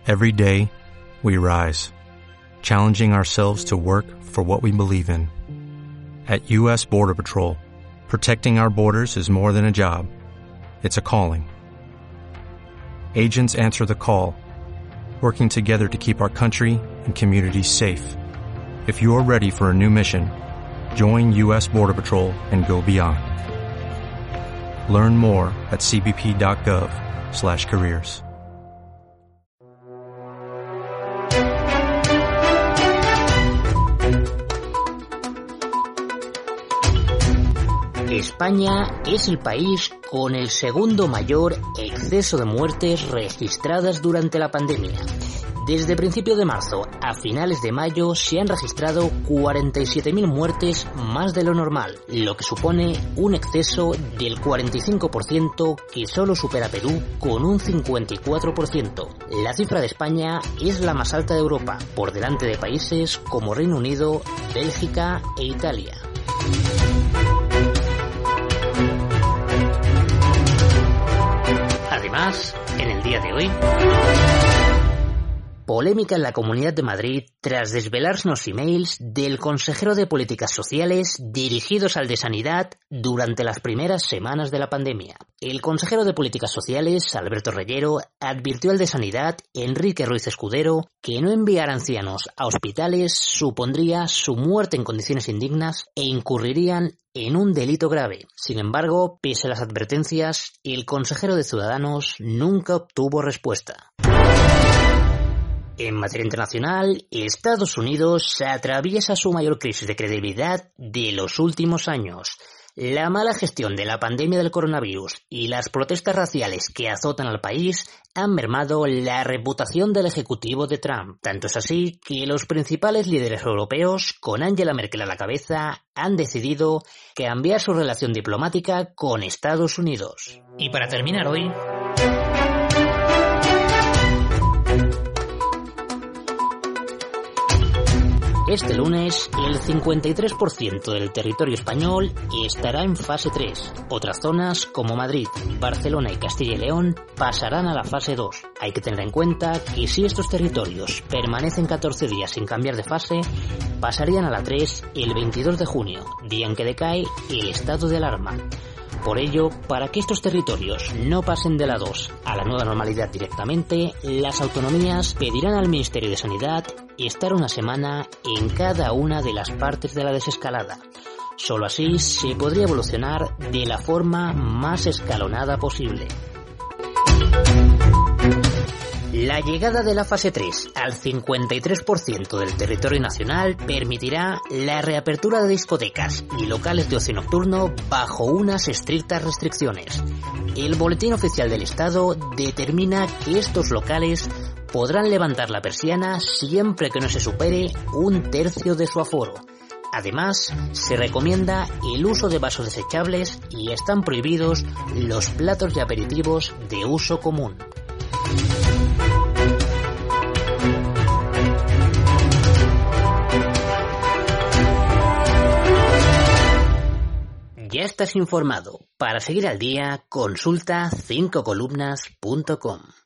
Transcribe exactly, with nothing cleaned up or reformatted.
Every day, we rise, challenging ourselves to work for what we believe in. At U S Border Patrol, protecting our borders is more than a job. It's a calling. Agents answer the call, working together to keep our country and communities safe. If you are ready for a new mission, join U S Border Patrol and go beyond. Learn more at c b p dot gov slash careers. España es el país con el segundo mayor exceso de muertes registradas durante la pandemia. Desde principios de marzo a finales de mayo se han registrado cuarenta y siete mil muertes más de lo normal, lo que supone un exceso del cuarenta y cinco por ciento que solo supera Perú con un cincuenta y cuatro por ciento. La cifra de España es la más alta de Europa, por delante de países como Reino Unido, Bélgica e Italia. Además, en el día de hoy, polémica en la Comunidad de Madrid tras desvelarse unos emails del consejero de Políticas Sociales dirigidos al de Sanidad durante las primeras semanas de la pandemia. El consejero de Políticas Sociales, Alberto Reyero, advirtió al de Sanidad, Enrique Ruiz Escudero, que no enviar ancianos a hospitales supondría su muerte en condiciones indignas e incurrirían en un delito grave. Sin embargo, pese a las advertencias, el consejero de Ciudadanos nunca obtuvo respuesta. En materia internacional, Estados Unidos atraviesa su mayor crisis de credibilidad de los últimos años. La mala gestión de la pandemia del coronavirus y las protestas raciales que azotan al país han mermado la reputación del ejecutivo de Trump. Tanto es así que los principales líderes europeos, con Angela Merkel a la cabeza, han decidido cambiar su relación diplomática con Estados Unidos. Y para terminar hoy, este lunes, el cincuenta y tres por ciento del territorio español estará en fase tres. Otras zonas, como Madrid, Barcelona y Castilla y León, pasarán a la fase dos. Hay que tener en cuenta que si estos territorios permanecen catorce días sin cambiar de fase, pasarían a la tres el veintidós de junio, día en que decae el estado de alarma. Por ello, para que estos territorios no pasen de la dos a la nueva normalidad directamente, las autonomías pedirán al Ministerio de Sanidad estar una semana en cada una de las partes de la desescalada. Solo así se podría evolucionar de la forma más escalonada posible. La llegada de la fase tres al cincuenta y tres por ciento del territorio nacional permitirá la reapertura de discotecas y locales de ocio nocturno bajo unas estrictas restricciones. El Boletín Oficial del Estado determina que estos locales podrán levantar la persiana siempre que no se supere un tercio de su aforo. Además, se recomienda el uso de vasos desechables y están prohibidos los platos y aperitivos de uso común. Ya estás informado. Para seguir al día, consulta cinco columnas punto com.